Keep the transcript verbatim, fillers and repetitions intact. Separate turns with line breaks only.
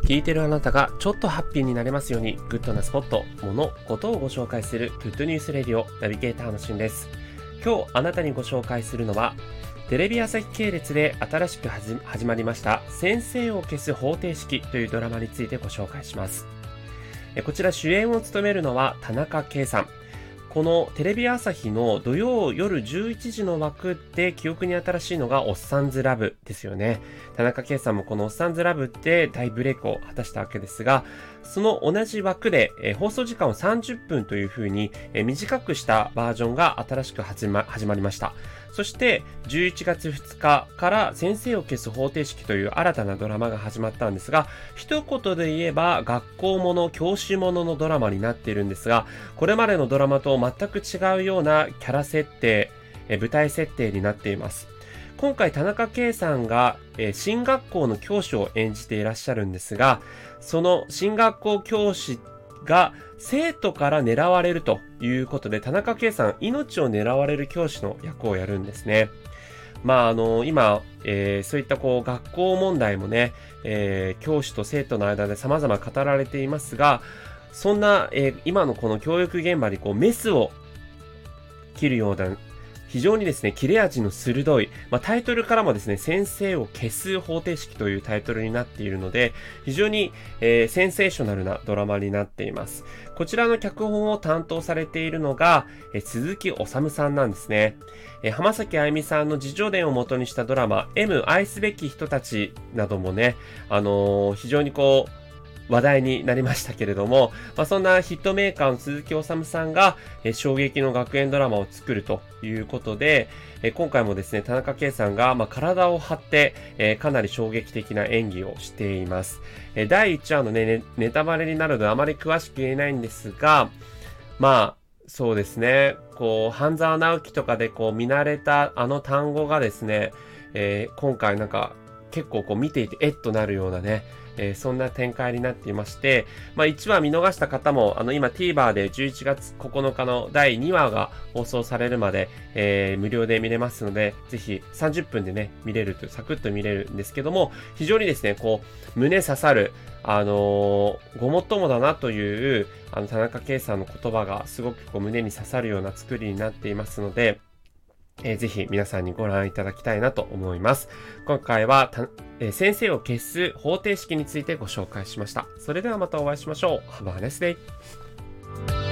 聞いてるあなたがちょっとハッピーになれますように、グッドなスポット、もの、ことをご紹介するグッドニュースレディオナビゲーターのしんです。今日あなたにご紹介するのは、テレビ朝日系列で新しく始まりました先生を消す方程式というドラマについてご紹介します。こちら主演を務めるのは田中圭さん。このテレビ朝日の土曜夜じゅういちじの枠で記憶に新しいのがおっさんずラブですよね。田中圭さんもこのおっさんずラブで大ブレイクを果たしたわけですが、その同じ枠で、えー、放送時間をさんじゅっぷんという風に、えー、短くしたバージョンが新しく始ま、始まりました。そしてじゅういちがつふつかから先生を消す方程式という新たなドラマが始まったんですが、一言で言えば学校もの、教師もののドラマになっているんですが、これまでのドラマと全く違うようなキャラ設定、え舞台設定になっています。今回田中圭さんが、え進学校の教師を演じていらっしゃるんですが、その進学校教師が生徒から狙われるということで、田中圭さん命を狙われる教師の役をやるんですね。まああの今、えー、そういったこう学校問題もね、えー、教師と生徒の間で様々語られていますが、そんな、えー、今のこの教育現場にこうメスを切るような非常にですね、切れ味の鋭い、まあ、タイトルからもですね、先生を消す方程式というタイトルになっているので、非常に、えー、センセーショナルなドラマになっています。こちらの脚本を担当されているのが、えー、鈴木おさむさんなんですね。えー、浜崎あゆみさんの自叙伝を元にしたドラマ、M 愛すべき人たちなどもね、あのー、非常にこう、話題になりましたけれども、まあ、そんなヒットメーカーの鈴木おさむさんが、えー、衝撃の学園ドラマを作るということで、えー、今回もですね、田中圭さんが、まあ、体を張って、えー、かなり衝撃的な演技をしています。えー、だいいちわのね、ね、ネタバレになるのであまり詳しく言えないんですが、まあ、そうですね、こう、半沢直樹とかでこう見慣れたあの単語がですね、えー、今回なんか結構こう見ていてえっとなるようなね、えー、そんな展開になっていまして、まあいちわ見逃した方も、あの今 TVer でじゅういちがつここのかのだいにわが放送されるまで、えー、無料で見れますので、ぜひさんじゅっぷんでね、見れるという、サクッと見れるんですけども、非常にですね、こう、胸刺さる、あのー、ごもっともだなという、あの、田中圭さんの言葉がすごくこう胸に刺さるような作りになっていますので、えー、ぜひ皆さんにご覧いただきたいなと思います。今回はた、えー、先生を消す方程式についてご紹介しました。それではまたお会いしましょう。Have a nice day!